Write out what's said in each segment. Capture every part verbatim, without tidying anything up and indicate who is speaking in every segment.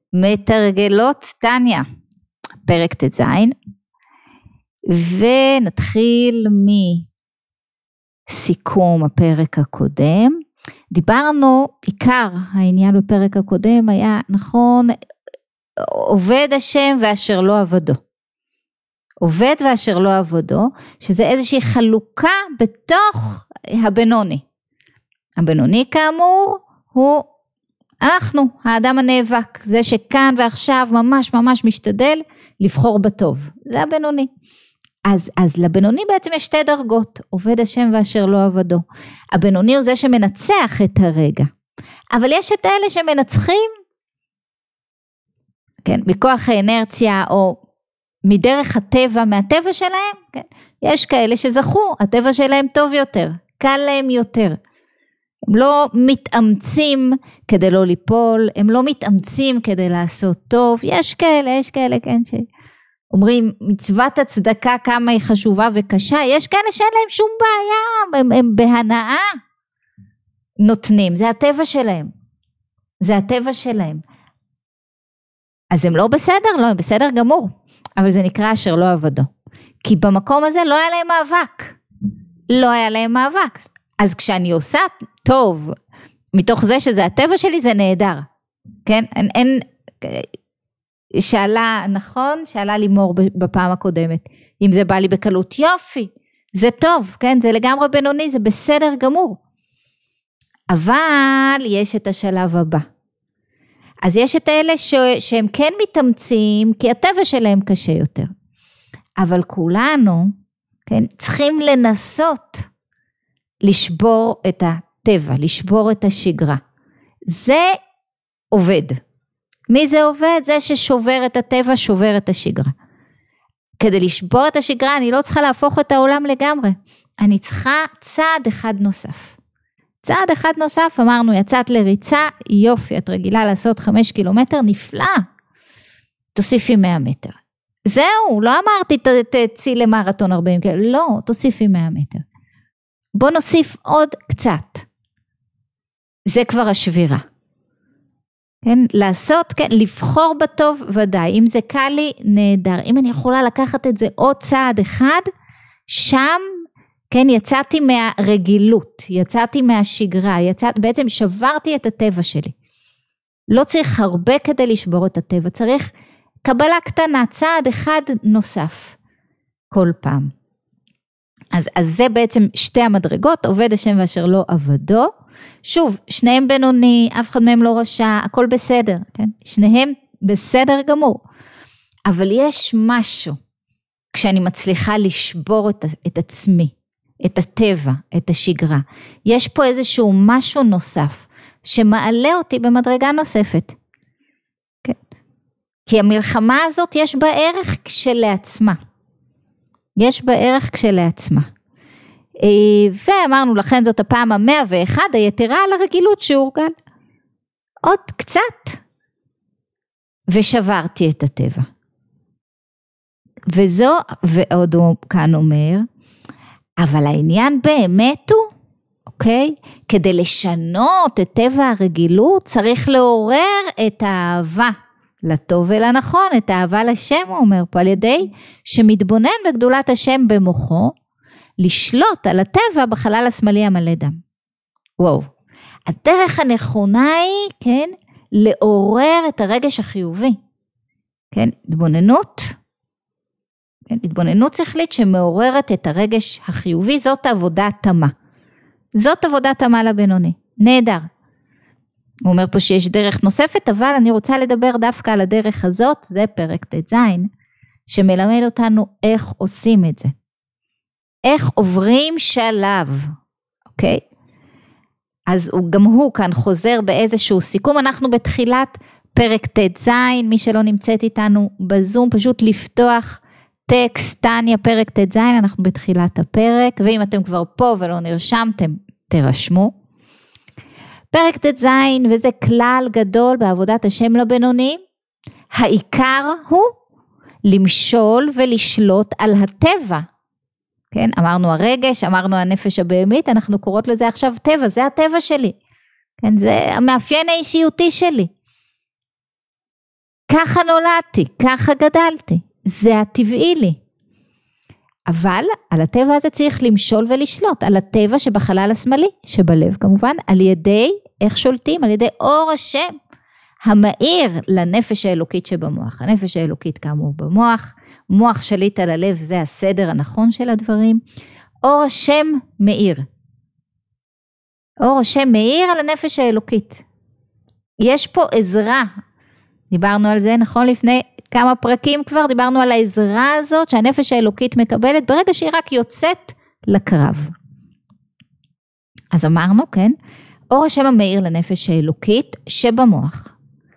Speaker 1: מתרגלות תניה, פרק ט"ז, ונתחיל מסיכום הפרק הקודם. דיברנו, עיקר העניין בפרק הקודם היה, נכון, עובד השם ואשר לא עבדו. עובד ואשר לא עבדו, שזה איזושהי חלוקה בתוך הבינוני. הבינוני כאמור הוא אנחנו, האדם הנאבק, זה שכאן ועכשיו ממש ממש משתדל לבחור בטוב. זה הבינוני. אז, אז לבינוני בעצם יש שתי דרגות, עובד השם ואשר לא עבדו. הבינוני הוא זה שמנצח את הרגע. אבל יש את אלה שמנצחים, כן, מכוח האנרציה או מדרך הטבע, מהטבע שלהם, כן, יש כאלה שזכו, הטבע שלהם טוב יותר, קל להם יותר. הם לא מתאמצים כדי לא ליפול, הם לא מתאמצים כדי לעשות טוב, יש כאלה, יש כאלה, כן, שאומרים, מצוות הצדקה כמה היא חשובה וקשה, יש כאלה שאין להם שום בעיה, הם, הם בהנאה נותנים, זה הטבע שלהם, זה הטבע שלהם. אז הם לא בסדר? לא, הם בסדר גמור, אבל זה נקרא אשר לא עבדו, כי במקום הזה לא היה להם מאבק, לא היה להם מאבק, אז כשאני עושה טוב, מתוך זה שזה הטבע שלי, זה נהדר, כן? אין, אין, שאלה, נכון? שאלה לימור בפעם הקודמת, אם זה בא לי בקלות, יופי, זה טוב, כן? זה לגמרי בינוני, זה בסדר גמור, אבל יש את השלב הבא, אז יש את אלה ש, שהם כן מתאמצים, כי הטבע שלהם קשה יותר, אבל כולנו, כן? צריכים לנסות, לשבור את הטבע, לשבור את השגרה. זה עובד. מי זה עובד? זה ששובר את הטבע, שובר את השגרה. כדי לשבור את השגרה, אני לא צריכה להפוך את העולם לגמרי. אני צריכה צעד אחד נוסף. צעד אחד נוסף, אמרנו, יצאת לריצה, יופי, את רגילה לעשות חמש קילומטר, נפלא. תוסיפי מאה מטר. זהו, לא אמרתי תצאי למרתון ארבעים קילומטר, לא, תוסיפי מאה מטר. בוא נוסיף עוד קצת, זה כבר השבירה, כן, לעשות, כן, לבחור בטוב ודאי, אם זה קל לי, נהדר, אם אני יכולה לקחת את זה עוד צעד אחד, שם, כן, יצאתי מהרגילות, יצאתי מהשגרה, יצאת, בעצם שברתי את הטבע שלי, לא צריך הרבה כדי לשבור את הטבע, צריך קבלה קטנה, צעד אחד נוסף, כל פעם. אז, אז זה בעצם שתי המדרגות, עובד השם ואשר לא עבדו, שוב, שניהם בינוני, אף אחד מהם לא רשע, הכל בסדר, כן? שניהם בסדר גמור, אבל יש משהו, כשאני מצליחה לשבור את, את עצמי, את הטבע, את השגרה, יש פה איזשהו משהו נוסף, שמעלה אותי במדרגה נוספת, כן? כי המלחמה הזאת יש בה ערך כשלעצמה, יש בה ערך כשלעצמה. ואמרנו לכן זאת הפעם המאה ואחת, היתרה על הרגילות שהורגל. עוד קצת, ושברתי את הטבע. וזו, ועוד הוא כאן אומר, אבל העניין באמת הוא, אוקיי? כדי לשנות את טבע הרגילות, צריך לעורר את האהבה. לטוב ולנכון, את האהבה לשם, הוא אומר פה, על ידי שמתבונן בגדולת השם במוחו, לשלוט על הטבע בחלל השמאלי המלא דם. וואו, הדרך הנכונה היא, כן, לעורר את הרגש החיובי, כן, התבוננות, כן, התבוננות שכלית שמעוררת את הרגש החיובי, זאת עבודה תמה, זאת עבודה תמה לבינוני, נהדר. הוא אומר פה שיש דרך נוספת, אבל אני רוצה לדבר דווקא על הדרך הזאת, זה פרק ט"ז, שמלמד אותנו איך עושים את זה. איך עוברים שלב, אוקיי? אז הוא, גם הוא כאן חוזר באיזשהו סיכום, אנחנו בתחילת פרק ט"ז, מי שלא נמצאת איתנו בזום, פשוט לפתוח טקסט תניה פרק ט"ז, אנחנו בתחילת הפרק, ואם אתם כבר פה ולא נרשמתם, תרשמו. פרק ט"ז, וזה כלל גדול בעבודת השם לבינונים, העיקר הוא למשול ולשלוט על הטבע, כן, אמרנו הרגש, אמרנו הנפש הבהמית, אנחנו קוראות לזה עכשיו טבע, זה הטבע שלי, כן, זה המאפיין האישיותי שלי, ככה נולדתי, ככה גדלתי, זה הטבעי לי. אבל על הטבע הזה צריך למשול ולשלוט, על הטבע שבחלל השמאלי, שבלב כמובן, על ידי, איך שולטים? על ידי אור השם, המאיר לנפש האלוקית שבמוח. הנפש האלוקית כאמור במוח, מוח שליט על הלב, זה הסדר הנכון של הדברים. אור השם מאיר. אור השם מאיר על הנפש האלוקית. יש פה עזרה, דיברנו על זה נכון לפני כמה פרקים כבר, דיברנו על העזרה הזאת שהנפש האלוקית מקבלת ברגע שהיא רק יוצאת לקרב. אז אמרנו, כן, אור השם המאיר לנפש האלוקית שבמוח.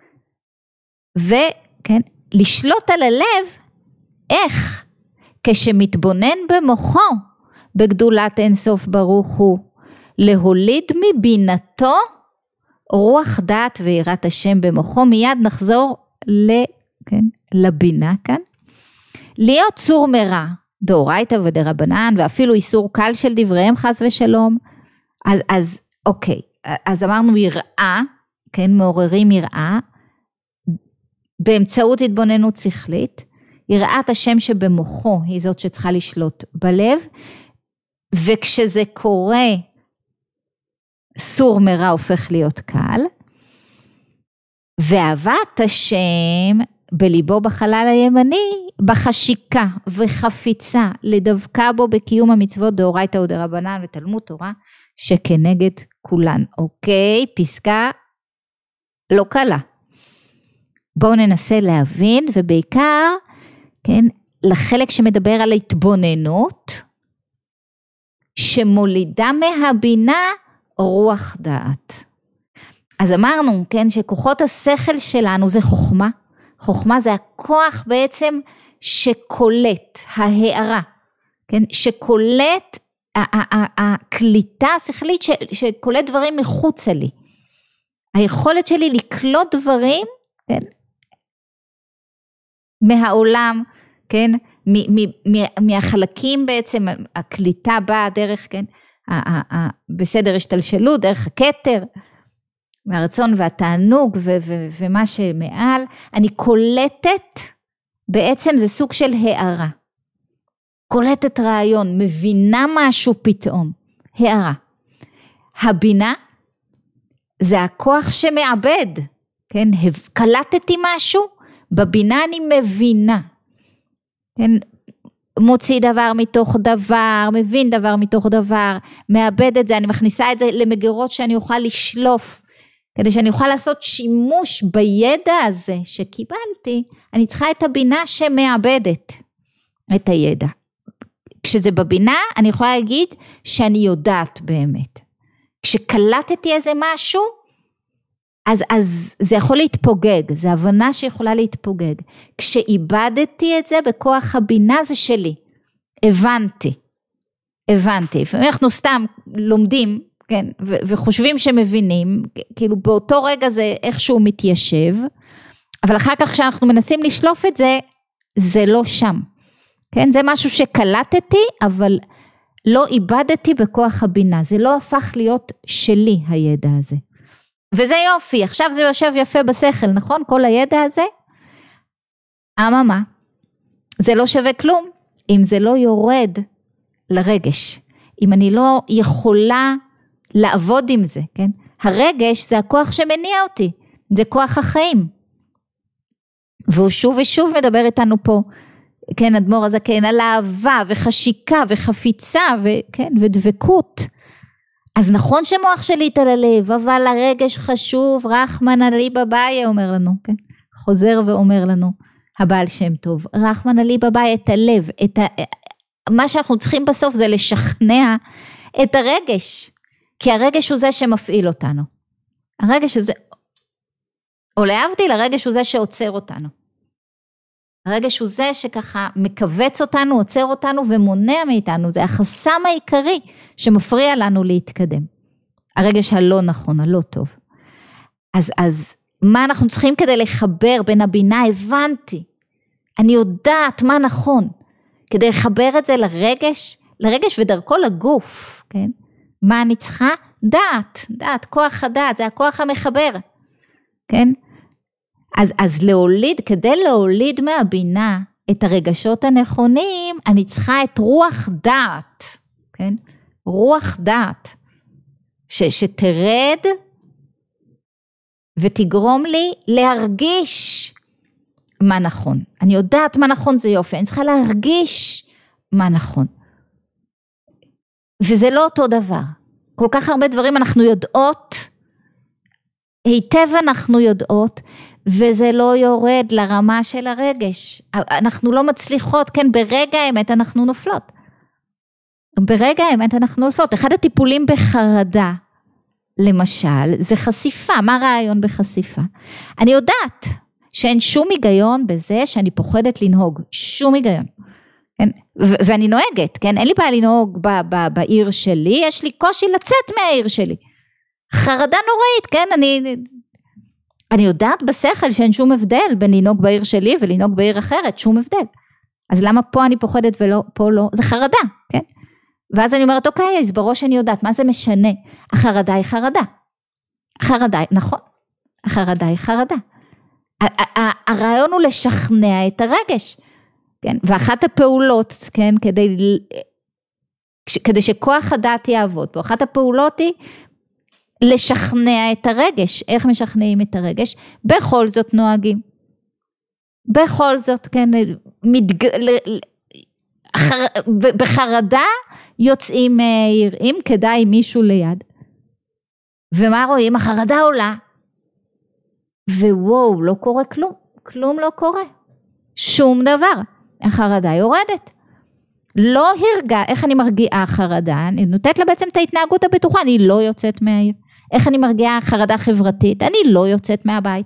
Speaker 1: וכן, לשלוט על הלב, איך? כשמתבונן במוחו, בגדולת אינסוף ברוך הוא, להוליד מבינתו, רוח דעת ויראת השם במוחו, מיד נחזור ל, כן, לבינה כאן, להיות צור מרע, דאורייתא ודרבנן, ואפילו איסור קל של דבריהם חס ושלום, אז, אז אוקיי, אז אמרנו יראה, כן, מעוררים יראה, באמצעות התבוננות שכלית, יראת השם שבמוחו היא זאת שצריכה לשלוט בלב, וכשזה קורה, סור מרע הופך להיות קל, ואהבת השם בליבו בחלל הימני, בחשיקה וחפיצה, לדווקא בו בקיום המצוות דאורייתא ודרבנן ותלמוד תורה, שכנגד כולן. אוקיי, פסקה לא קלה. בואו ננסה להבין, ובעיקר, כן, לחלק שמדבר על התבוננות, שמולידה מהבינה רוח דעת. אז אמרנו, כן, שכוחות השכל שלנו זה חוכמה, חוכמה זה הכוח בעצם שקולט, ההערה, כן, שקולט, הקליטה השכלית שקולט דברים מחוצה לי. היכולת שלי לקלוט דברים, כן, מהעולם, כן, מ, מ, מ, מהחלקים בעצם, הקליטה באה דרך, כן, ה, ה, בסדר השתלשלות, דרך הכתר, מהרצון והתענוג ו, ו, ומה שמעל, אני קולטת, בעצם זה סוג של הערה, קולטת רעיון, מבינה משהו פתאום, הערה. הבינה, זה הכוח שמעבד, כן, קלטתי משהו, בבינה אני מבינה, כן, מוציא דבר מתוך דבר, מבין דבר מתוך דבר, מאבד את זה, אני מכניסה את זה למגירות שאני אוכל לשלוף, כדי שאני אוכל לעשות שימוש בידע הזה שקיבלתי, אני צריכה את הבינה שמאבדת את הידע. כשזה בבינה, אני יכולה להגיד שאני יודעת באמת. כשקלטתי איזה משהו, אז, אז זה יכול להתפוגג, זה הבנה שיכולה להתפוגג. כשאיבדתי את זה בכוח הבינה זה שלי, הבנתי, הבנתי. לפעמים אנחנו סתם לומדים, כן, ו- וחושבים שמבינים, כאילו באותו רגע זה איכשהו מתיישב, אבל אחר כך כשאנחנו מנסים לשלוף את זה, זה לא שם. כן, זה משהו שקלטתי, אבל לא איבדתי בכוח הבינה, זה לא הפך להיות שלי הידע הזה. וזה יופי, עכשיו זה יושב יפה בשכל, נכון? כל הידע הזה, אממה, זה לא שווה כלום, אם זה לא יורד לרגש, אם אני לא יכולה לעבוד עם זה, כן? הרגש זה הכוח שמניע אותי, זה כוח החיים, והוא שוב ושוב מדבר איתנו פה, כן, אדמו"ר הזקן, על אהבה וחשיקה וחפיצה, וכן, ודבקות, אז נכון שמוח שליט על הלב, אבל הרגש חשוב, רחמנא ליבא בעיה אומר לנו, כן? חוזר ואומר לנו, הבעל שם טוב, רחמנא ליבא בעיה את הלב, את ה... מה שאנחנו צריכים בסוף זה לשכנע את הרגש, כי הרגש הוא זה שמפעיל אותנו, הרגש הזה, או להבדיל, הרגש הוא זה שעוצר אותנו, הרגש הוא זה שככה מקבץ אותנו, עוצר אותנו ומונע מאיתנו, זה החסם העיקרי שמפריע לנו להתקדם. הרגש הלא נכון, הלא טוב. אז, אז מה אנחנו צריכים כדי לחבר בין הבינה, הבנתי, אני יודעת מה נכון, כדי לחבר את זה לרגש, לרגש ודרכו לגוף, כן? מה אני צריכה? דעת, דעת, כוח הדעת, זה הכוח המחבר, כן? אז, אז להוליד, כדי להוליד מהבינה את הרגשות הנכונים, אני צריכה את רוח דעת, כן? רוח דעת, ש, שתרד ותגרום לי להרגיש מה נכון. אני יודעת מה נכון זה יופי, אני צריכה להרגיש מה נכון. וזה לא אותו דבר. כל כך הרבה דברים אנחנו יודעות, היטב אנחנו יודעות, וזה לא יורד לרמה של הרגש. אנחנו לא מצליחות, כן, ברגע האמת אנחנו נופלות. ברגע האמת אנחנו נופלות. אחד הטיפולים בחרדה, למשל, זה חשיפה. מה הרעיון בחשיפה? אני יודעת שאין שום היגיון בזה שאני פוחדת לנהוג. שום היגיון. כן? ו- ואני נוהגת, כן? אין לי בעיה לנהוג ב- ב- בעיר שלי, יש לי קושי לצאת מהעיר שלי. חרדה נוראית, כן? אני, אני יודעת בשכל שאין שום הבדל בין לנהוג בעיר שלי ולנהוג בעיר אחרת, שום הבדל. אז למה פה אני פוחדת ולא, פה לא? זה חרדה, כן? ואז אני אומרת, אוקיי, אז בראש אני יודעת, מה זה משנה? החרדה היא חרדה. החרדה, נכון. החרדה היא חרדה. הרעיון הוא לשכנע את הרגש. כן? ואחת הפעולות, כן, כדי, כדי שכוח הדעת יעבוד פה, אחת הפעולות היא לשכנע את הרגש. איך משכנעים את הרגש? בכל זאת נוהגים. בכל זאת, כן, מתג... חר... בחרדה יוצאים מהעיר, אם כדאי מישהו ליד. ומה רואים? החרדה עולה. ווואו, לא קורה כלום. כלום לא קורה. שום דבר. החרדה יורדת. לא הרגע, איך אני מרגיעה חרדה? אני נותנת לה בעצם את ההתנהגות הבטוחה, אני לא יוצאת מהעיר. איך אני מרגיעה חרדה חברתית? אני לא יוצאת מהבית.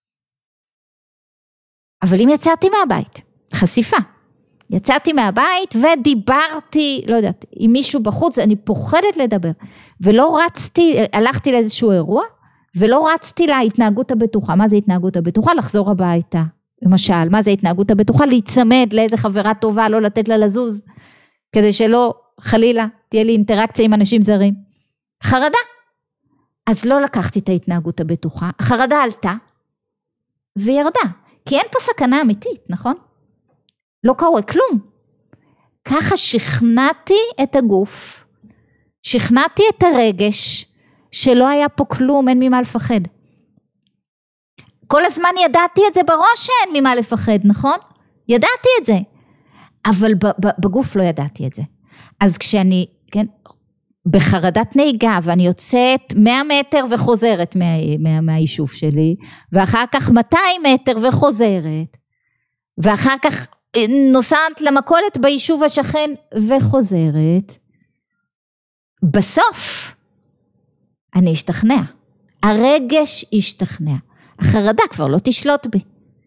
Speaker 1: אבל אם יצאתי מהבית, חשיפה. יצאתי מהבית ודיברתי, לא יודעת, עם מישהו בחוץ, אני פוחדת לדבר. ולא רצתי, הלכתי לאיזשהו אירוע, ולא רצתי להתנהגות הבטוחה. מה זה התנהגות הבטוחה? לחזור הביתה. למשל, מה זה התנהגות הבטוחה? להיצמד לאיזה חברה טובה, לא לתת לה לזוז, כדי שלא, חלילה, תהיה לי אינטראקציה עם אנשים זרים. חרדה. אז לא לקחתי את ההתנהגות הבטוחה, החרדה עלתה, וירדה. כי אין פה סכנה אמיתית, נכון? לא קורה כלום. ככה שכנעתי את הגוף, שכנעתי את הרגש, שלא היה פה כלום, אין ממה לפחד. כל הזמן ידעתי את זה בראש שאין ממה לפחד, נכון? ידעתי את זה. אבל בגוף לא ידעתי את זה. אז כשאני, כן, בחרדת נהיגה, ואני יוצאת מאה מטר וחוזרת מה, מה, מהיישוב שלי, ואחר כך מאתיים מטר וחוזרת, ואחר כך נוסעת למכולת ביישוב השכן וחוזרת, בסוף אני אשתכנע. הרגש ישתכנע. החרדה כבר לא תשלוט בי.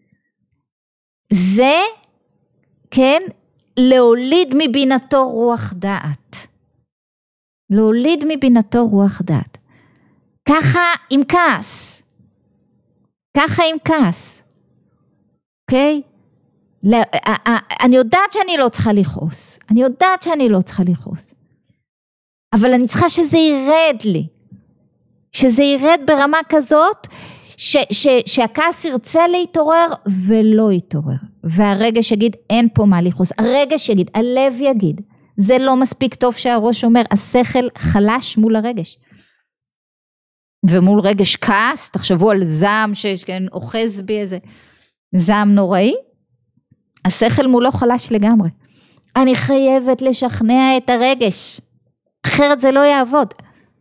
Speaker 1: זה, כן, להוליד מבינתו רוח דעת. להוליד מבינתו רוח דעת. ככה עם כעס. ככה עם כעס. אוקיי? אני יודעת שאני לא צריכה לכעוס. אני יודעת שאני לא צריכה לכעוס. אבל אני צריכה שזה ירד לי. שזה ירד ברמה כזאת, ש, ש, שהכעס ירצה להתעורר ולא יתעורר. והרגש יגיד, אין פה מה לכעוס. הרגש יגיד, הלב יגיד. זה לא מספיק טוב שהראש אומר, השכל חלש מול הרגש. ומול רגש כעס, תחשבו על זעם שאוחז בי איזה זעם נוראי. השכל מולו חלש לגמרי. אני חייבת לשכנע את הרגש. אחרת זה לא יעבוד.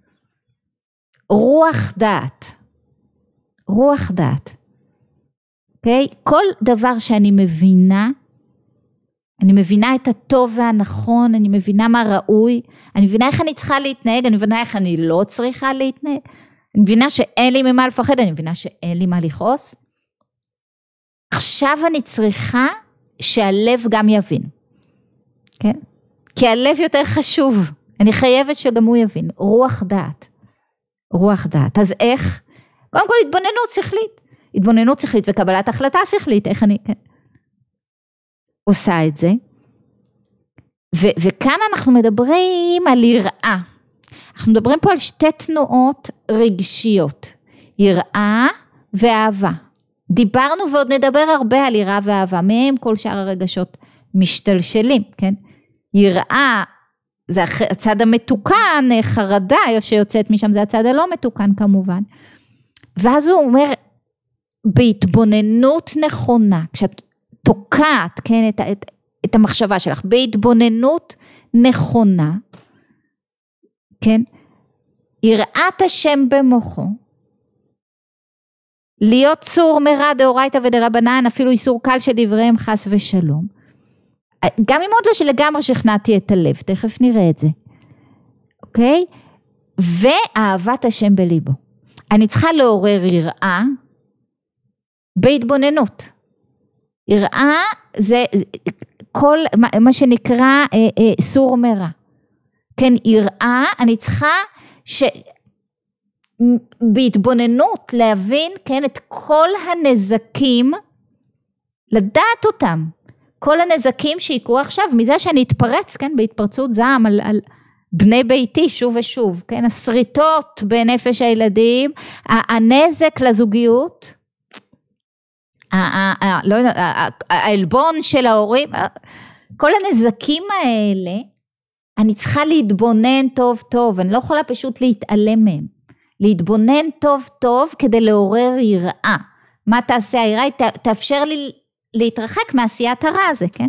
Speaker 1: רוח דעת. רוח דעת. אוקיי? כל דבר שאני מבינה, אני מבינה את הטוב והנכון, אני מבינה מה ראוי, אני מבינה איך אני צריכה להתנהג, אני מבינה איך אני לא צריכה להתנהג, אני מבינה שאין לי ממה לפחד, אני מבינה שאין לי מה לכעוס. עכשיו אני צריכה שהלב גם יבין. כן? כי הלב יותר חשוב. אני חייבת שגם הוא יבין. רוח דעת. רוח דעת. אז איך? קודם כל התבוננות שכלית. התבוננות שכלית וקבלת החלטה שכלית. איך אני, כן? עושה את זה. ו- וכאן אנחנו מדברים על יראה. אנחנו מדברים פה על שתי תנועות רגשיות. יראה ואהבה. דיברנו ועוד נדבר הרבה על יראה ואהבה, מהם כל שאר הרגשות משתלשלים, כן? יראה, זה הצד המתוקן, חרדה שיוצאת משם, זה הצד הלא מתוקן כמובן. ואז הוא אומר, בהתבוננות נכונה, כשאת תוקעת, כן, את, את, את המחשבה שלך, בהתבוננות נכונה, כן, יראת השם במוחו, להיות צור מרע דאורייתא ודרבנן, אפילו איסור קל שדבריהם חס ושלום, גם אם עוד לא שלגמרי שכנעתי את הלב, תכף נראה את זה, אוקיי? ואהבת השם בליבו. אני צריכה לעורר יראה, בהתבוננות. יראה זה כל מה, מה שנקרא אה, אה, סור מרע. כן, יראה, אני צריכה ש... בהתבוננות להבין, כן, את כל הנזקים, לדעת אותם, כל הנזקים שיקרו עכשיו, מזה שאני אתפרץ, כן, בהתפרצות זעם על, על בני ביתי שוב ושוב, כן, הסריטות בנפש הילדים, הנזק לזוגיות, העלבון של ההורים, כל הנזקים האלה, אני צריכה להתבונן טוב טוב, אני לא יכולה פשוט להתעלם מהם, להתבונן טוב טוב כדי לעורר יראה. מה תעשה היראה? תאפשר לי להתרחק מעשיית הרע הזה, כן?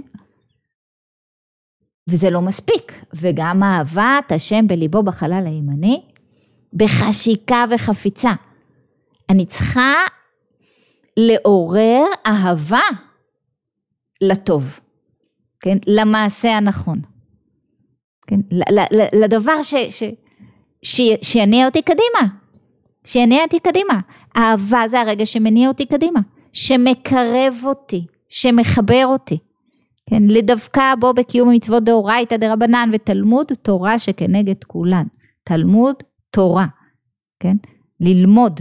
Speaker 1: וזה לא מספיק, וגם אהבת השם בליבו בחלל הימני, בחשיקה וחפיצה. אני צריכה לעורר אהבה לטוב, כן? למעשה הנכון, כן? לדבר ש, ש, ש, שיניע אותי קדימה, שיניע אותי קדימה. אהבה זה הרגע שמניע אותי קדימה, שמקרב אותי, שמחבר אותי, כן? לדווקא בו בקיום מצוות דאורייתא דרבנן ותלמוד תורה שכנגד כולן, תלמוד תורה, כן? ללמוד.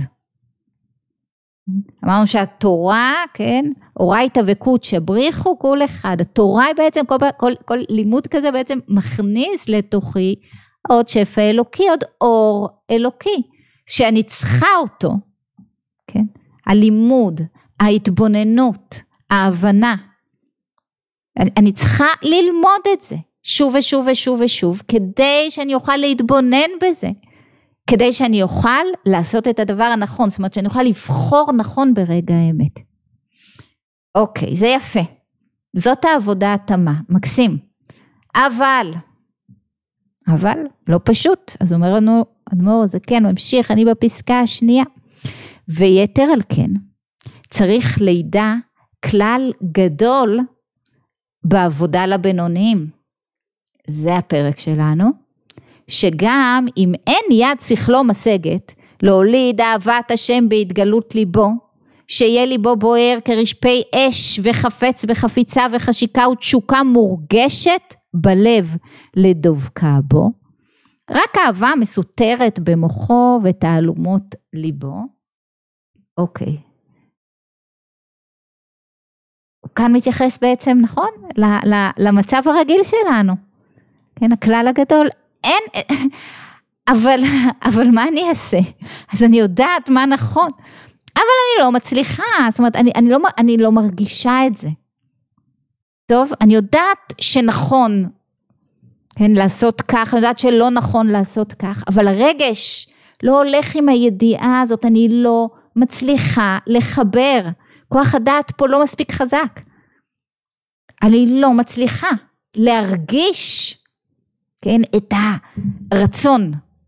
Speaker 1: אמרנו שהתורה, כן, אורייתא וקודשא בריחו כל אחד, התורה היא בעצם, כל, כל, כל לימוד כזה בעצם מכניס לתוכי עוד שפע אלוקי, עוד אור אלוקי, שאני צריכה אותו, כן, הלימוד, ההתבוננות, ההבנה, אני, אני צריכה ללמוד את זה, שוב ושוב ושוב ושוב, כדי שאני אוכל להתבונן בזה, כדי שאני אוכל לעשות את הדבר הנכון, זאת אומרת שאני אוכל לבחור נכון ברגע האמת. אוקיי, זה יפה. זאת העבודה התמה, מקסים. אבל, אבל לא פשוט. אז אומר לנו, אדמו"ר, זה כן, ממשיך, אני בפסקה השנייה. ויתר על כן, צריך לידע כלל גדול בעבודה לבינוניים. זה הפרק שלנו. שגם אם אין יד שכלו משגת, להוליד אהבת השם בהתגלות ליבו, שיהיה ליבו בוער כרשפי אש וחפץ וחפיצה וחשיקה ותשוקה מורגשת בלב לדבקה בו, רק אהבה מסותרת במוחו ותעלומות ליבו. אוקיי. כאן מתייחס בעצם, נכון? למצב הרגיל שלנו. כן, הכלל הגדול. אין, אבל, אבל מה אני אעשה? אז אני יודעת מה נכון, אבל אני לא מצליחה, זאת אומרת, אני, אני, לא, אני לא מרגישה את זה. טוב, אני יודעת שנכון, כן, לעשות כך, אני יודעת שלא נכון לעשות כך, אבל הרגש לא הולך עם הידיעה הזאת, אני לא מצליחה לחבר, כוח הדעת פה לא מספיק חזק, אני לא מצליחה להרגיש, כן, את הרצון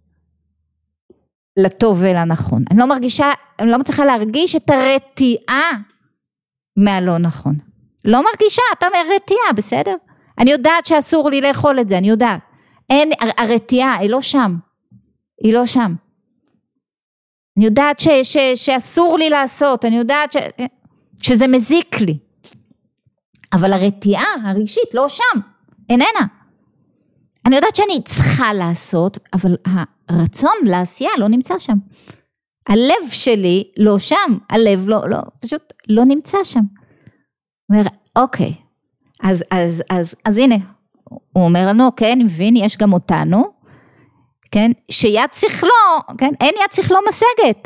Speaker 1: לטוב ולנכון. אני לא מרגישה, אני לא מצליחה להרגיש את הרתיעה מהלא נכון. לא מרגישה, אתה מהרתיעה, בסדר? אני יודעת שאסור לי לאכול את זה, אני יודעת. אין, הרתיעה, היא לא שם. היא לא שם. אני יודעת ש, ש, שאסור לי לעשות, אני יודעת ש, שזה מזיק לי. אבל הרתיעה הרגשית לא שם, איננה. אני יודעת שאני צריכה לעשות, אבל הרצון לעשייה לא נמצא שם. הלב שלי לא שם, הלב לא, לא, פשוט לא נמצא שם. הוא אומר, אוקיי, אז, אז, אז, אז הנה, הוא אומר לנו, כן, מבין, יש גם אותנו, כן, שיד שכלו, כן, אין יד שכלו משגת,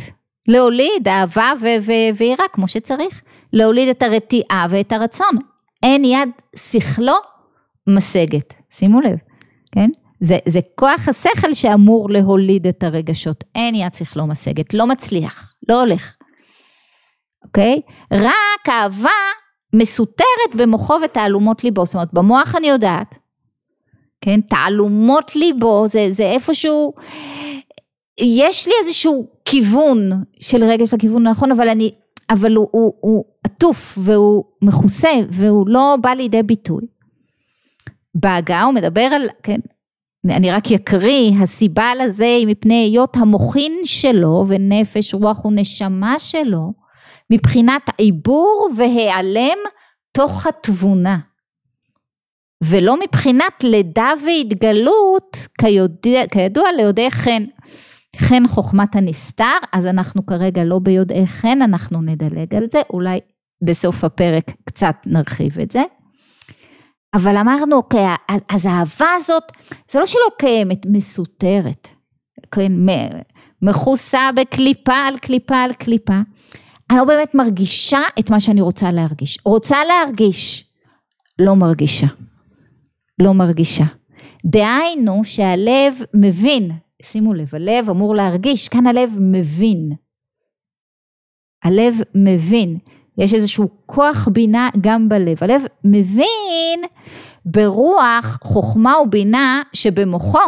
Speaker 1: להוליד אהבה ויראה כמו שצריך, להוליד את הרתיעה ואת הרצון, אין יד שכלו משגת, שימו לב, כן? זה, זה כוח השכל שאמור להוליד את הרגשות, אין יד שכלו משגת, לא מצליח, לא הולך, אוקיי? רק אהבה מסותרת במוחו ותעלומות ליבו, זאת אומרת, במוח אני יודעת, כן? תעלומות ליבו, זה, זה איפשהו, יש לי איזשהו כיוון של רגש לכיוון הנכון, אבל אני, אבל הוא, הוא, הוא עטוף והוא מכוסה, והוא לא בא לידי ביטוי. בהגה הוא מדבר על, כן, אני רק יקריא, הסיבה לזה היא מפני היות המוחין שלו, ונפש, רוח ונשמה שלו, מבחינת עיבור והיעלם תוך התבונה. ולא מבחינת לידה והתגלות, כידוע, כידוע ליודעי חן. חן חוכמת הנסתר, אז אנחנו כרגע לא ביודעי חן, אנחנו נדלג על זה, אולי בסוף הפרק קצת נרחיב את זה. אבל אמרנו, אוקיי, אז האהבה הזאת, זה לא שלא קיימת, מסותרת, כן, מכוסה בקליפה על קליפה על קליפה, אני לא באמת מרגישה את מה שאני רוצה להרגיש, רוצה להרגיש, לא מרגישה, לא מרגישה, דהיינו שהלב מבין, שימו לב, הלב אמור להרגיש, כאן הלב מבין, הלב מבין, יש איזשהו כוח בינה גם בלב, הלב מבין ברוח חוכמה ובינה שבמוחו,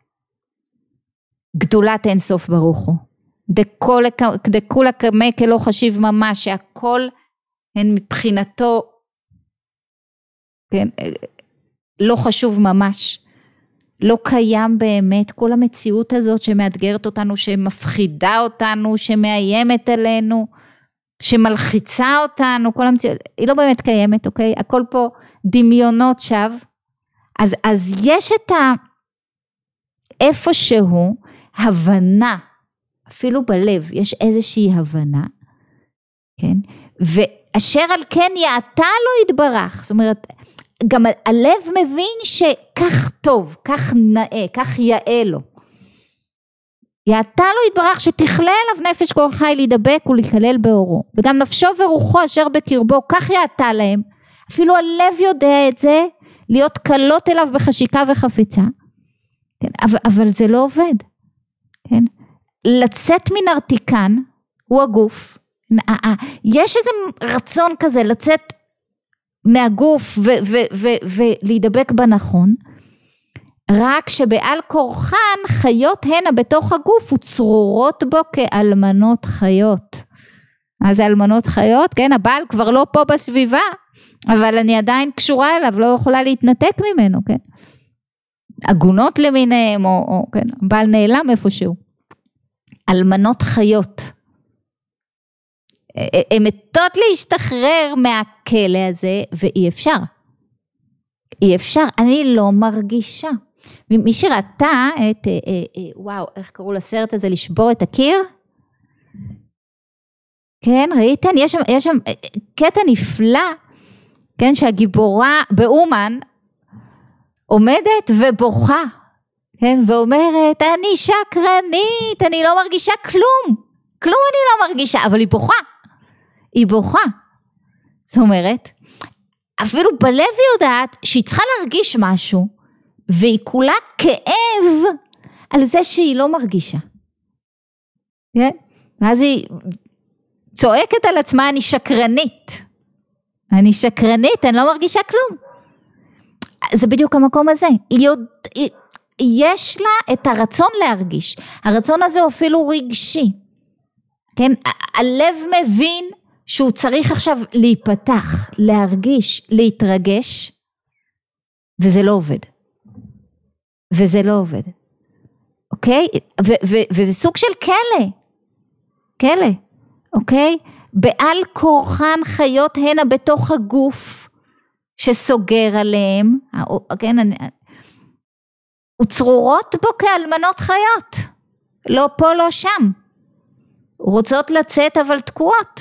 Speaker 1: גדולת אין סוף ברוך הוא, דכולה כמה כלא חשיב ממש, שהכל הן מבחינתו, כן, לא חשוב ממש, לא קיים באמת, כל המציאות הזאת שמאתגרת אותנו, שמפחידה אותנו, שמאיימת עלינו, שמלחיצה אותנו, כל המציאות, היא לא באמת קיימת, אוקיי? הכל פה דמיונות שווא, אז, אז יש את ה... איפשהו הבנה, אפילו בלב, יש איזושהי הבנה, כן? ואשר על כן יעתה לא יתברך, זאת אומרת, גם הלב מבין שכך טוב, כך נאה, כך יאה לו. יעתה לו יתברך שתכלה אליו נפש כל חי להידבק ולהיכלל באורו. וגם נפשו ורוחו אשר בקרבו, כך יעתה להם. אפילו הלב יודע את זה, להיות קלות אליו בחשיקה וחפיצה. כן? אבל, אבל זה לא עובד. כן? לצאת מן ארתיקן, הוא הגוף. יש איזה רצון כזה, לצאת מהגוף ולהידבק בנכון, רק שבעל כורחן חיות הנה בתוך הגוף וצרורות בו כאלמנות חיות. אז אלמנות חיות, כן, הבעל כבר לא פה בסביבה, אבל אני עדיין קשורה אליו, לא יכולה להתנתק ממנו, כן. עגונות למיניהם, או, או כן, הבעל נעלם איפשהו. אלמנות חיות. הן מתות להשתחרר מהכלא הזה, ואי אפשר. אי אפשר, אני לא מרגישה. מי שראתה את, וואו, איך קראו לסרט הזה, לשבור את הקיר? כן, ראיתם? יש שם, יש שם קטע נפלא, כן, שהגיבורה באומן, עומדת ובוכה, כן, ואומרת, אני שקרנית, אני לא מרגישה כלום, כלום אני לא מרגישה, אבל היא בוכה, היא בוכה. זאת אומרת, אפילו בלב היא יודעת שהיא צריכה להרגיש משהו, והיא כולה כאב על זה שהיא לא מרגישה. כן? ואז היא צועקת על עצמה, אני שקרנית. אני שקרנית, אני לא מרגישה כלום. זה בדיוק המקום הזה. היא יודע, היא, יש לה את הרצון להרגיש. הרצון הזה הוא אפילו רגשי. כן? הלב מבין שהוא צריך עכשיו להיפתח, להרגיש, להתרגש, וזה לא עובד. וזה לא עובד. אוקיי? ו- ו- וזה סוג של כלא. כלא. אוקיי? בעל כורחן חיות הנה בתוך הגוף, שסוגר עליהם, כן, וצרורות בו כאלמנות חיות. לא פה, לא שם. רוצות לצאת אבל תקועות.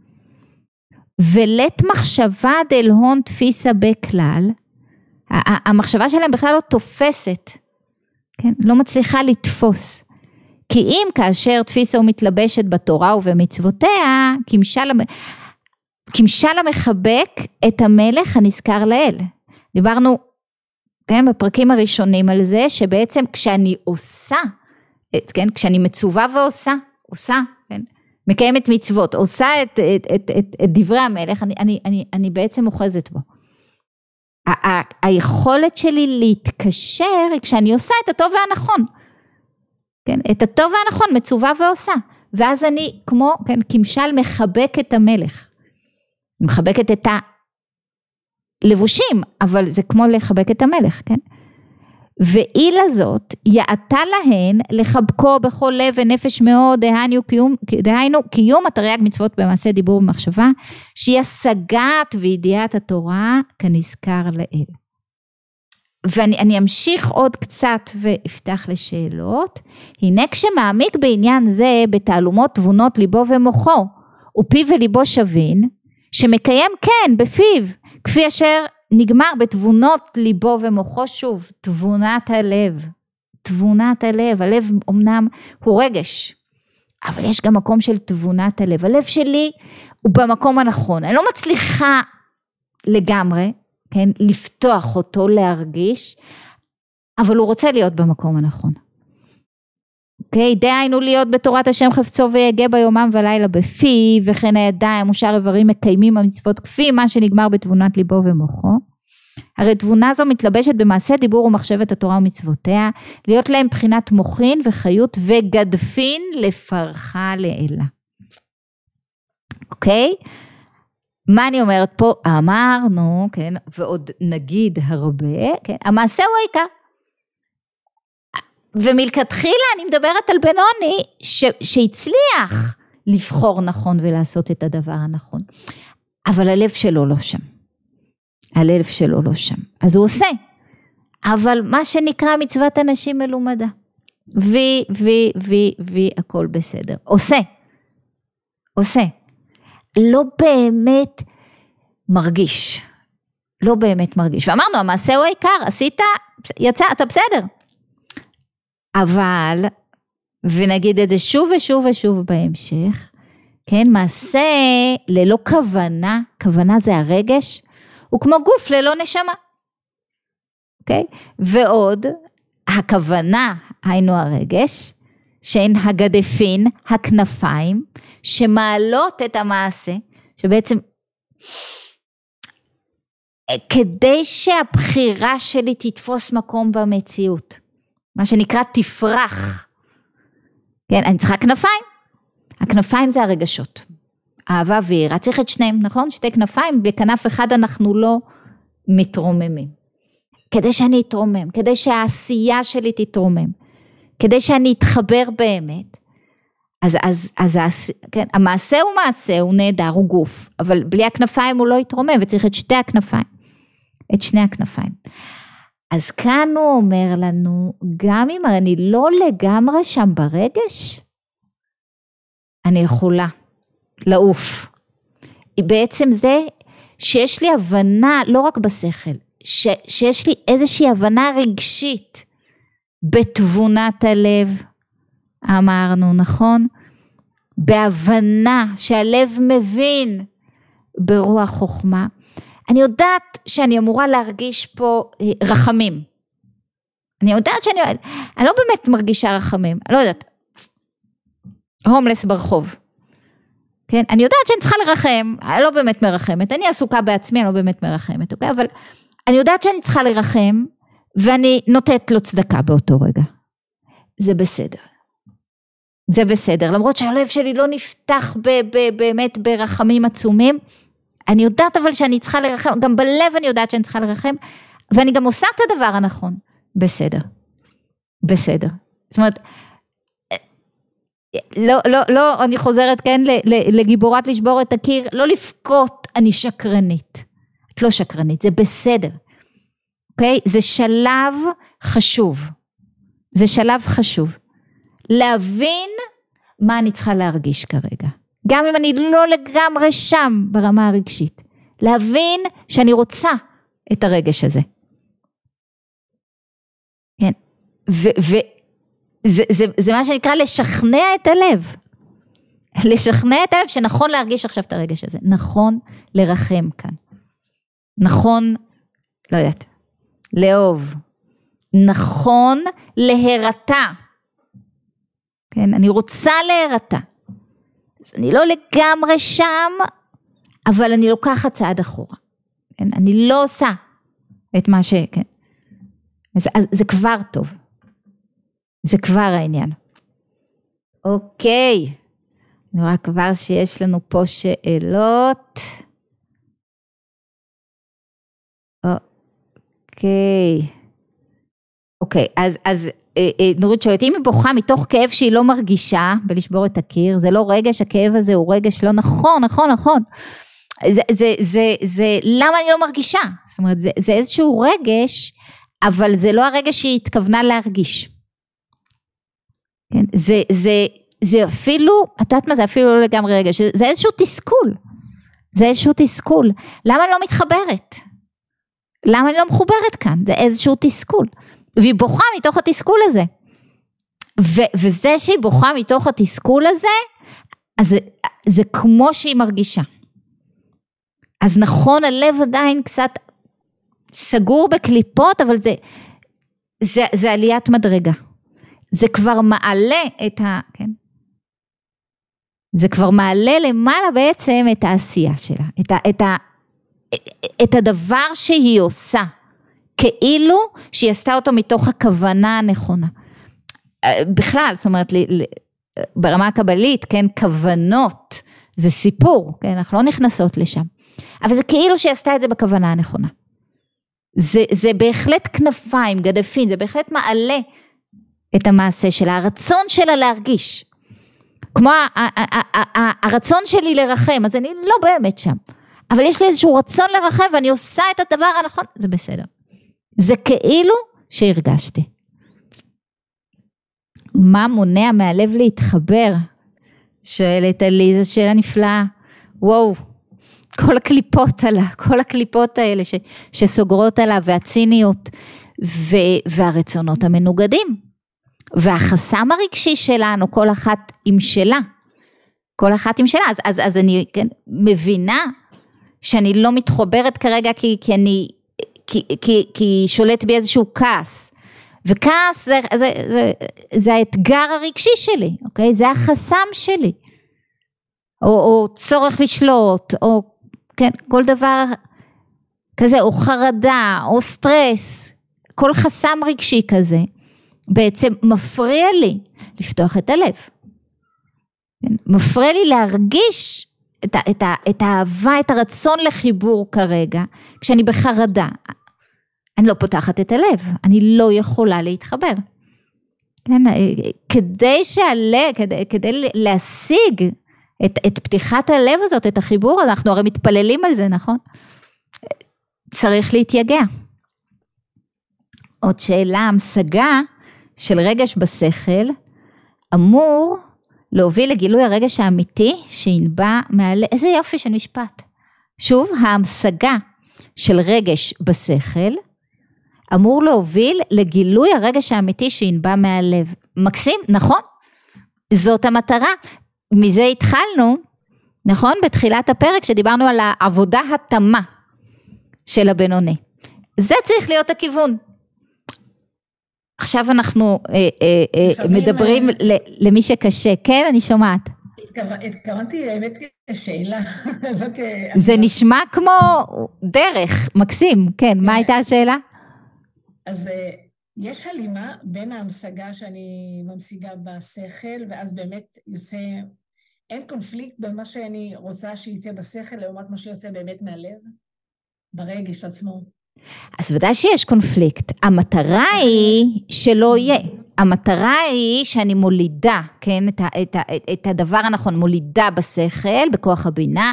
Speaker 1: ולת מחשבה דל הון תפיסה בכלל, המחשבה שלהם בכלל לא תופסת, כן? לא מצליחה לתפוס, כי אם כאשר תפיסה ומתלבשת בתורה ובמצוותיה, כמשל, כמשל המחבק את המלך הנזכר לאל. דיברנו, כן, בפרקים הראשונים על זה, שבעצם כשאני עושה, כן, כשאני מצווה ועושה, עושה, כן, מקיימת מצוות, עושה את, את, את, את, את דברי המלך, אני, אני, אני, אני בעצם אוחזת בו. ה- ה- היכולת שלי להתקשר, היא כשאני עושה את הטוב והנכון, כן, את הטוב והנכון, מצווה ועושה, ואז אני כמו, כן, כמשל מחבק את המלך, מחבקת את הלבושים, אבל זה כמו לחבק את המלך, כן? ואילה זאת, יעתה להן לחבקו בכל לב ונפש מאוד, דהיינו קיום, דהיינו קיום התרי"ג מצוות במעשה דיבור ומחשבה, שהיא השגת וידיעת התורה כנזכר לאל. ואני אני אמשיך עוד קצת ואפתח לשאלות. הנה כשמעמיק בעניין זה בתעלומות תבונות ליבו ומוחו, ופיו וליבו שווין, שמקיים כן בפיו, כפי אשר נגמר בתבונות ליבו ומוחו, שוב, תבונת הלב, תבונת הלב, הלב אמנם הוא רגש, אבל יש גם מקום של תבונת הלב, הלב שלי הוא במקום הנכון, אני לא מצליחה לגמרי, כן, לפתוח אותו, להרגיש, אבל הוא רוצה להיות במקום הנכון. אוקיי, דהיינו להיות בתורת השם חפצו ויגע ביומם ולילה בפי, וכן הידיים ושאר איברים מקיימים המצוות כפי מה שנגמר בתבונת ליבו ומוחו. הרי תבונה זו מתלבשת במעשה דיבור ומחשבת התורה ומצוותיה, להיות להם בחינת מוחין וחיות וגדפין לפרחה לאלה. אוקיי? מה אני אומרת פה? אמרנו, כן, ועוד נגיד הרבה, כן, המעשה הוא העיקר. ומלכתחילה אני מדברת על בנוני ש, שהצליח לבחור נכון ולעשות את הדבר הנכון. אבל הלב שלו לא שם. הלב שלו לא שם. אז הוא עושה. אבל מה שנקרא מצוות אנשים מלומדה. וי, וי, וי, וי, הכל בסדר. עושה. עושה. לא באמת מרגיש. לא באמת מרגיש. ואמרנו, המעשה הוא העיקר. עשית, יצא, אתה בסדר. אבל, ונגיד את זה שוב ושוב ושוב בהמשך, כן, מעשה ללא כוונה, כוונה זה הרגש, הוא כמו גוף ללא נשמה, אוקיי? ועוד, הכוונה, היינו הרגש, שהן הגדפין, הכנפיים, שמעלות את המעשה, שבעצם, כדי שהבחירה שלי תתפוס מקום במציאות, מה שנקרא תפרח, כן, אני צריכה כנפיים, הכנפיים זה הרגשות, אהבה ויראה, צריך את שניהם, נכון? שתי כנפיים, בכנף אחד אנחנו לא מתרוממים, כדי שאני אתרומם, כדי שהעשייה שלי תתרומם, כדי שאני אתחבר באמת, אז, אז, אז כן, המעשה הוא מעשה, הוא נהדר, הוא גוף, אבל בלי הכנפיים הוא לא יתרומם, וצריך את שתי הכנפיים, את שני הכנפיים. אז כאן הוא אומר לנו, גם אם אני לא לגמרי שם ברגש, אני יכולה לעוף. בעצם זה שיש לי הבנה, לא רק בשכל, ש, שיש לי איזושהי הבנה רגשית, בתבונת הלב, אמרנו, נכון? בהבנה שהלב מבין ברוח חוכמה, אני יודעת שאני אמורה להרגיש פה רחמים. אני יודעת שאני, אני לא באמת מרגישה רחמים, אני לא יודעת, הומלס ברחוב. כן? אני יודעת שאני צריכה לרחם, אני לא באמת מרחמת, אני עסוקה בעצמי, אני לא באמת מרחמת, אוקיי? אבל אני יודעת שאני צריכה לרחם, ואני נותנת לו צדקה באותו רגע. זה בסדר. זה בסדר, למרות שהלב שלי לא נפתח ב- ב- באמת ברחמים עצומים, אני יודעת אבל שאני צריכה לרחם, גם בלב אני יודעת שאני צריכה לרחם, ואני גם עושה את הדבר הנכון. בסדר. בסדר. זאת אומרת, לא, לא, לא, אני חוזרת, כן, לגיבורת לשבור את הקיר, לא לפקות, אני שקרנית. את לא שקרנית, זה בסדר. אוקיי? זה שלב חשוב. זה שלב חשוב. להבין מה אני צריכה להרגיש כרגע. גם אם אני לא לגמרי שם ברמה הרגשית. להבין שאני רוצה את הרגש הזה. כן. ו- ו- זה, זה, זה מה שנקרא לשכנע את הלב. לשכנע את הלב שנכון להרגיש עכשיו את הרגש הזה. נכון לרחם כאן. נכון, לא יודעת, לאהוב. נכון להירתע. כן, אני רוצה להירתע. אז אני לא לגמרי שם, אבל אני לוקחת צעד אחורה. כן, אני לא עושה את מה ש... כן. אז, אז זה כבר טוב. זה כבר העניין. אוקיי. אני רואה כבר שיש לנו פה שאלות. אוקיי. אוקיי, אז, אז נורית שואלת, אם היא בוכה מתוך כאב שהיא לא מרגישה, בלשבור את הקיר, זה לא רגש, הכאב הזה הוא רגש לא נכון, נכון, נכון. זה, זה, זה, זה, למה אני לא מרגישה? זאת אומרת, זה, זה איזשהו רגש, אבל זה לא הרגש שהיא התכוונה להרגיש. כן? זה, זה, זה אפילו, את יודעת מה, זה אפילו לא לגמרי רגש, זה איזשהו תסכול. זה איזשהו תסכול. למה אני לא מתחברת? למה אני לא מחוברת כאן? זה איזשהו תסכול. והיא בוכה מתוך התסכול הזה. ו- וזה שהיא בוכה מתוך התסכול הזה, אז זה, זה כמו שהיא מרגישה. אז נכון, הלב עדיין קצת סגור בקליפות, אבל זה, זה, זה עליית מדרגה. זה כבר מעלה את ה... כן? זה כבר מעלה למעלה בעצם את העשייה שלה. את, ה, את, ה, את הדבר שהיא עושה. כאילו שהיא עשתה אותו מתוך הכוונה הנכונה. בכלל, זאת אומרת, ברמה הקבלית, כן, כוונות, זה סיפור, כן, אנחנו לא נכנסות לשם. אבל זה כאילו שהיא עשתה את זה בכוונה הנכונה. זה, זה בהחלט כנפיים, גדפים, זה בהחלט מעלה את המעשה שלה, הרצון שלה להרגיש. כמו הרצון שלי לרחם, אז אני לא באמת שם. אבל יש לי איזשהו רצון לרחם, ואני עושה את הדבר הנכון, זה בסדר. זה כאילו שהרגשתי. מה מונע מהלב להתחבר? שואלת עלי, זו שאלה נפלאה. וואו, כל הקליפות עלה, כל הקליפות האלה ש, שסוגרות עליו, והציניות, ו, והרצונות המנוגדים. והחסם הרגשי שלנו, כל אחת עם שלה. כל אחת עם שלה. אז, אז, אז אני כן, מבינה שאני לא מתחוברת כרגע, כי, כי אני... כי, כי, כי שולט בי איזשהו כעס, וכעס זה, זה, זה, זה האתגר הרגשי שלי, אוקיי? זה החסם שלי, או, או צורך לשלוט, או כן, כל דבר כזה, או חרדה, או סטרס, כל חסם רגשי כזה, בעצם מפריע לי לפתוח את הלב, כן? מפריע לי להרגיש את, את, את האהבה, את הרצון לחיבור כרגע, כשאני בחרדה, אני לא פותחת את הלב, אני לא יכולה להתחבר. כן, כדי שעלה, כדי, כדי להשיג את, את פתיחת הלב הזאת, את החיבור, אנחנו הרי מתפללים על זה, נכון? צריך להתייגע. עוד שאלה, המשגה של רגש בשכל, אמור להוביל לגילוי הרגש האמיתי, שינבע מעלה, איזה יופי של משפט. שוב, ההמשגה של רגש בשכל, אמור להוביל לגילוי הרגש האמיתי שינבע מהלב. מקסים, נכון? זאת המטרה. מזה התחלנו, נכון? בתחילת הפרק שדיברנו על העבודה התמה של הבינוני. זה צריך להיות הכיוון. עכשיו אנחנו אה, אה, אה, מדברים ל, למי שקשה. כן, אני שומעת.
Speaker 2: התכוונתי האמת כשאלה.
Speaker 1: זה נשמע כמו דרך, מקסים. כן, מה הייתה השאלה?
Speaker 2: אז יש הלימה בין ההמשגה שאני ממשיגה בשכל, ואז באמת יוצא, אין קונפליקט בין מה שאני רוצה שיצא בשכל, לעומת מה שיוצא באמת מהלב, ברגש עצמו.
Speaker 1: אז ודאי שיש קונפליקט, המטרה היא שלא יהיה, המטרה היא שאני מולידה, כן, את, ה, את, ה, את הדבר הנכון, מולידה בשכל, בכוח הבינה,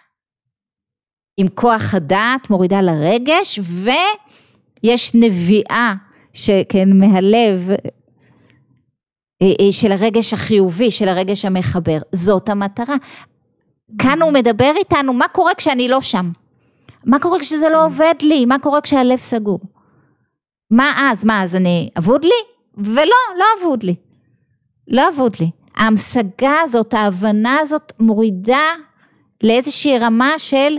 Speaker 1: עם כוח הדעת, מורידה לרגש, ויש נביאה, שכן, מהלב, של הרגש החיובי, של הרגש המחבר, זאת המטרה. כאן הוא מדבר איתנו, מה קורה כשאני לא שם? מה קורה כשזה לא עובד לי? מה קורה כשהלב סגור? מה אז? מה אז אני אבוד לי? ולא, לא אבוד לי. לא אבוד לי. ההמשגה הזאת, ההבנה הזאת מורידה לאיזושהי רמה של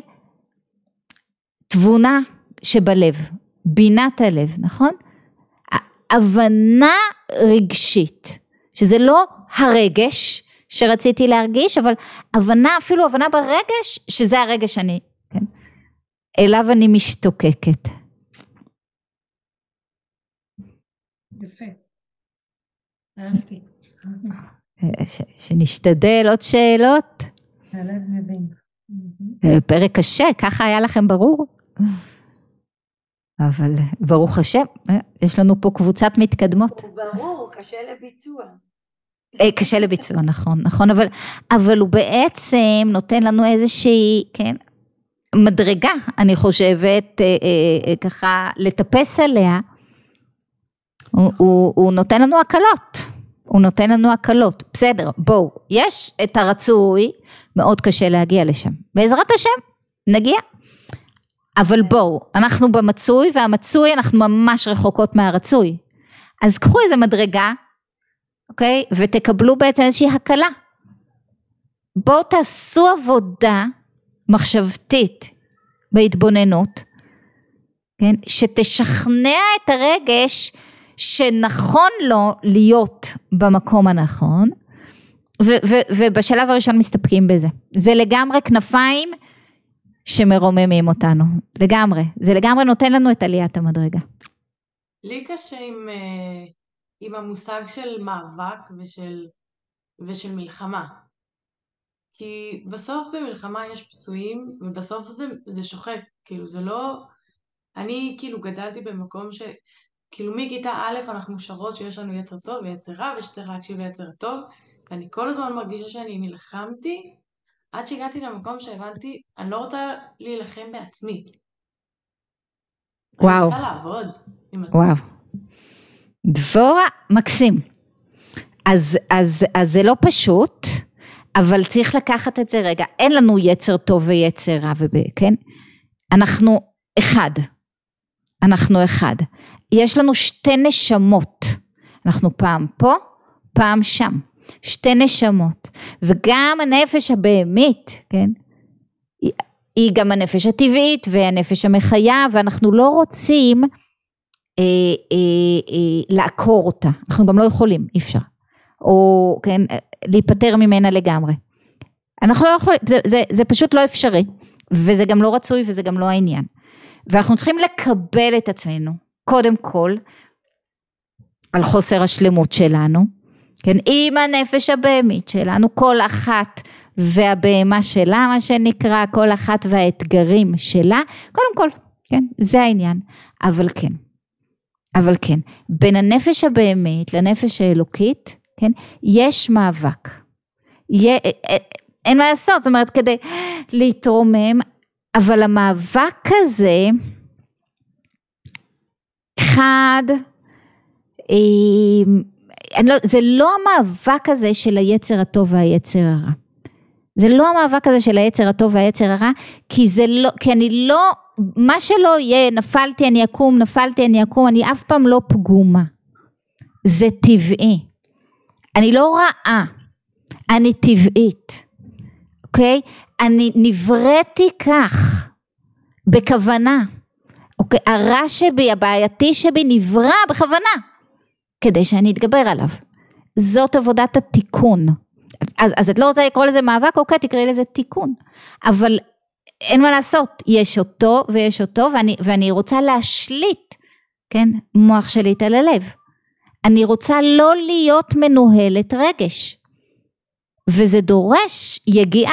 Speaker 1: תבונה שבלב, בינת הלב, נכון? הבנה רגשית, שזה לא הרגש שרציתי להרגיש, אבל הבנה, אפילו הבנה ברגש, שזה הרגש שאני, כן? אליו אני משתוקקת.
Speaker 2: יפה. אהבתי.
Speaker 1: שנשתדל עוד שאלות.
Speaker 2: הלב מבין.
Speaker 1: פרק קשה, ככה היה לכם ברור? אבל ברוך השם, יש לנו פה קבוצת מתקדמות.
Speaker 3: הוא ברור, קשה לביצוע.
Speaker 1: קשה לביצוע, נכון, נכון, אבל, אבל הוא בעצם נותן לנו איזושהי, כן, מדרגה, אני חושבת, אה, אה, ככה לטפס עליה, הוא, הוא, הוא נותן לנו הקלות, הוא נותן לנו הקלות, בסדר, בואו, יש את הרצוי, מאוד קשה להגיע לשם, בעזרת השם, נגיע, אבל בואו, אנחנו במצוי, והמצוי אנחנו ממש רחוקות מהרצוי, אז קחו איזה מדרגה, אוקיי, ותקבלו בעצם איזושהי הקלה, בואו תעשו עבודה מחשבתית בהתבוננות, כן, שתשכנע את הרגש שנכון לו להיות במקום הנכון, ו- ו- ובשלב הראשון מסתפקים בזה. זה לגמרי כנפיים שמרוממים אותנו, לגמרי. זה לגמרי נותן לנו את עליית המדרגה.
Speaker 3: לי קשה עם, עם המושג של מאבק ושל, ושל מלחמה. כי בסוף במלחמה יש פצועים, ובסוף זה, זה שוחק. כאילו זה לא... אני כאילו גדלתי במקום ש... כאילו מכיתה א' אנחנו שרות שיש לנו יצר טוב ויצר רע, ושצריך להקשיב ליצר טוב, ואני כל הזמן מרגישה שאני נלחמתי, עד שהגעתי למקום שהבנתי, אני לא רוצה להילחם בעצמי.
Speaker 1: וואו.
Speaker 3: אני רוצה לעבוד עם עצמי.
Speaker 1: וואו. דבורה מקסים. אז, אז, אז זה לא פשוט, אבל צריך לקחת את זה רגע. אין לנו יצר טוב ויצר רע, כן? אנחנו אחד. אנחנו אחד. יש לנו שתי נשמות. אנחנו פעם פה, פעם שם. שתי נשמות. וגם הנפש הבהמית, כן? היא, היא גם הנפש הטבעית והנפש המחיה, ואנחנו לא רוצים אה, אה, אה, לעקור אותה. אנחנו גם לא יכולים, אי אפשר. או, כן, להיפטר ממנה לגמרי. אנחנו לא יכולים, זה, זה, זה פשוט לא אפשרי. וזה גם לא רצוי וזה גם לא העניין. ואנחנו צריכים לקבל את עצמנו, קודם כל, על חוסר השלמות שלנו, כן, עם הנפש הבהמית שלנו, כל אחת והבהמה שלה, מה שנקרא, כל אחת והאתגרים שלה, קודם כל, כן, זה העניין, אבל כן, אבל כן, בין הנפש הבהמית לנפש האלוקית, כן, יש מאבק, אין מה לעשות, זאת אומרת, כדי להתרומם, אבל המאבק הזה, אחד, לא, זה לא המאבק הזה של היצר הטוב והיצר הרע. זה לא המאבק הזה של היצר הטוב והיצר הרע, כי זה לא, כי אני לא, מה שלא יהיה, נפלתי אני אקום, נפלתי אני אקום, אני אף פעם לא פגומה. זה טבעי. אני לא רעה, אני טבעית. אוקיי? אני נבראתי כך, בכוונה. אוקיי? הרע שבי, הבעייתי שבי נברא בכוונה, כדי שאני אתגבר עליו. זאת עבודת התיקון. אז, אז את לא רוצה לקרוא לזה מאבק, אוקיי, תקראי לזה תיקון. אבל אין מה לעשות, יש אותו ויש אותו, ואני, ואני רוצה להשליט, כן, מוח שליט על הלב. אני רוצה לא להיות מנוהלת רגש. וזה דורש יגיעה.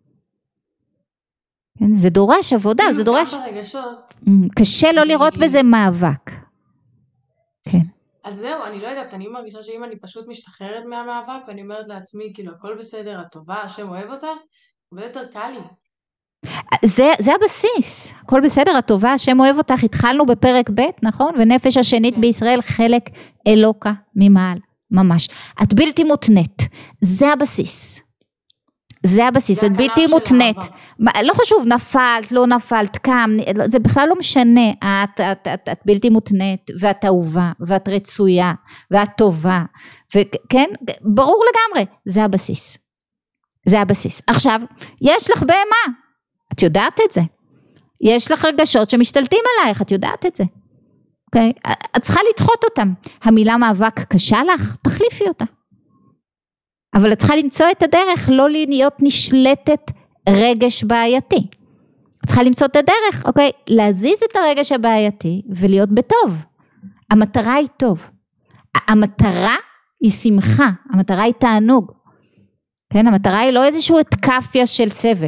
Speaker 1: כן, זה דורש עבודה, זה דורש... קשה לא לראות בזה מאבק. כן.
Speaker 3: אז זהו, אני לא יודעת, אני מרגישה שאם אני פשוט משתחררת מהמאבק, ואני אומרת לעצמי, כאילו, הכל בסדר, הטובה, השם אוהב אותך, הרבה יותר קל לי.
Speaker 1: זה, זה הבסיס, הכל בסדר, הטובה, השם אוהב אותך, התחלנו בפרק ב', נכון? ונפש השנית בישראל, חלק אלוקה ממעל, ממש. את בלתי מותנית, זה הבסיס. זה הבסיס, את בלתי מותנית, לא חשוב, נפלת, לא נפלת, קם, זה בכלל לא משנה, את, את, את, את בלתי מותנית, ואת אהובה, ואת רצויה, ואת טובה, וכן, ברור לגמרי, זה הבסיס, זה הבסיס. עכשיו, יש לך בהמה, את יודעת את זה, יש לך רגשות שמשתלטים עלייך, את יודעת את זה, אוקיי? את צריכה לדחות אותם, המילה מאבק קשה לך, תחליפי אותה. אבל את צריכה למצוא את הדרך, לא להיות נשלטת רגש בעייתי. את צריכה למצוא את הדרך, אוקיי, להזיז את הרגש הבעייתי, ולהיות בטוב. המטרה היא טוב. המטרה היא שמחה, המטרה היא תענוג. כן, המטרה היא לא איזשהו התקפיה של סבל.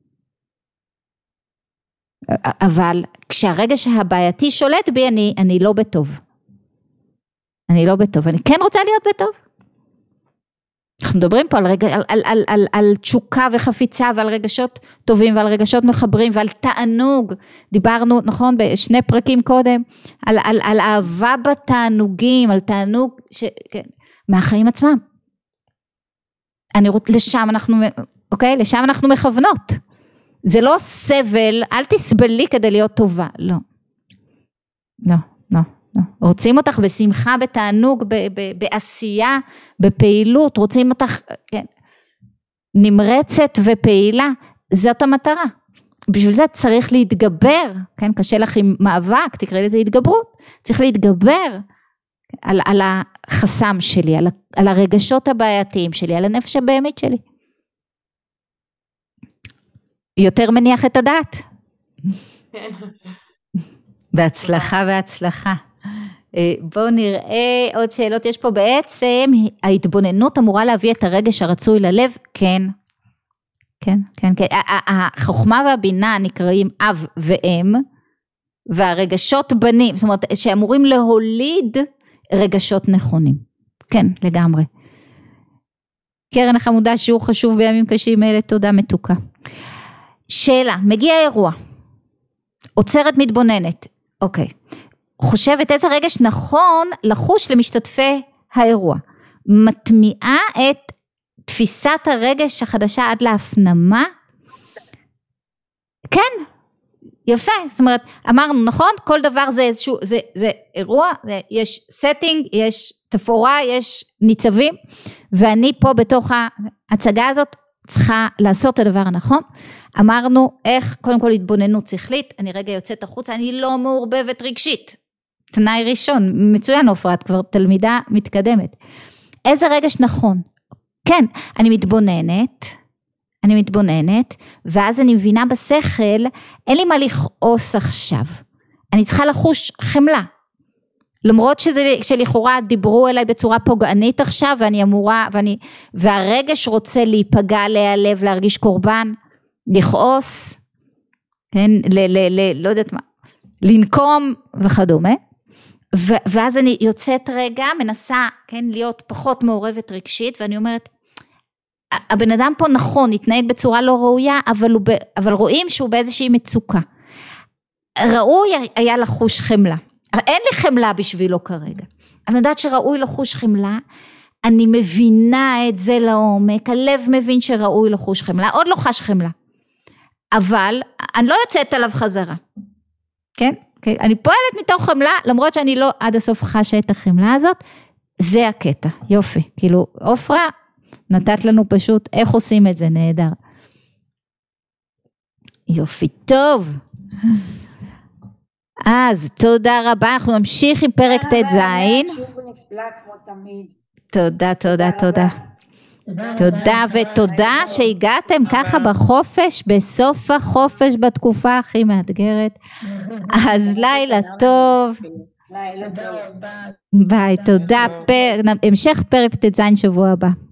Speaker 1: אבל כשהרגש הבעייתי שולט בי, אני, אני לא בטוב. אני לא בטוב, אני כן רוצה להיות בטוב. אנחנו מדברים פה על, רגע, על, על, על, על, על תשוקה וחפיצה ועל רגשות טובים ועל רגשות מחברים ועל תענוג, דיברנו נכון בשני פרקים קודם, על, על, על אהבה בתענוגים, על תענוג ש, כן, מהחיים עצמם. אני רוצ, לשם אנחנו, אוקיי, לשם אנחנו מכוונות. זה לא סבל, אל תסבלי כדי להיות טובה, לא. לא, לא. רוצים אותך בשמחה, בתענוג, ב- ב- בעשייה, בפעילות, רוצים אותך כן, נמרצת ופעילה, זאת המטרה. בשביל זה צריך להתגבר, כן, קשה לך עם מאבק, תקראי לזה התגברות, צריך להתגבר על, על החסם שלי, על, על הרגשות הבעייתיים שלי, על הנפש הבהמית שלי. יותר מניח את הדעת. בהצלחה והצלחה. בואו נראה עוד שאלות, יש פה בעצם, ההתבוננות אמורה להביא את הרגש הרצוי ללב, כן, כן, כן, כן, החוכמה והבינה נקראים אב ואם, והרגשות בנים, זאת אומרת, שאמורים להוליד רגשות נכונים, כן, לגמרי. קרן החמודה, שיעור חשוב בימים קשים אלה, תודה מתוקה. שאלה, מגיע אירוע, עוצרת מתבוננת, אוקיי, חושבת איזה רגש נכון לחוש למשתתפי האירוע, מטמיעה את תפיסת הרגש החדשה עד להפנמה, כן, יפה, זאת אומרת, אמרנו נכון, כל דבר זה איזשהו, זה, זה אירוע, זה, יש setting, יש תפאורה, יש ניצבים, ואני פה בתוך ההצגה הזאת, צריכה לעשות את הדבר הנכון, אמרנו איך קודם כל התבוננות שכלית, אני רגע יוצאת החוצה, אני לא מעורבבת רגשית, תנאי ראשון, מצוין אופרה, את כבר תלמידה מתקדמת, איזה רגש נכון, כן, אני מתבוננת, אני מתבוננת, ואז אני מבינה בשכל, אין לי מה לכעוס עכשיו, אני צריכה לחוש חמלה, למרות שזה, שלכאורה דיברו אליי בצורה פוגענית עכשיו, ואני אמורה, ואני, והרגש רוצה להיפגע להיעלב, להרגיש קורבן, לכעוס, כן, ל, ל, ל, לא יודעת מה, לנקום וכדומה, ו, ואז אני יוצאת רגע, מנסה, כן, להיות פחות מעורבת רגשית, ואני אומרת, הבן אדם פה נכון, התנהג בצורה לא ראויה, אבל, הוא, אבל רואים שהוא באיזושהי מצוקה, ראוי היה לחוש חמלה, אין לי חמלה בשבילו כרגע, אני יודעת שראוי לחוש חמלה, אני מבינה את זה לעומק, הלב מבין שראוי לחוש חמלה, עוד לא חש חמלה, אבל אני לא יוצאת עליו חזרה, כן? אני פועלת מתוך חמלה, למרות שאני לא עד הסוף חשה את החמלה הזאת, זה הקטע, יופי, כאילו אופרה נתת לנו פשוט איך עושים את זה, נהדר. יופי, טוב. אז תודה רבה, אנחנו נמשיך עם פרק ט' זין. תודה, תודה, תודה. תודה ותודה שהגעתם ככה בחופש, בסוף החופש בתקופה הכי מאתגרת. אז לילה טוב. ביי, תודה. המשך פרק ט' זין שבוע הבא.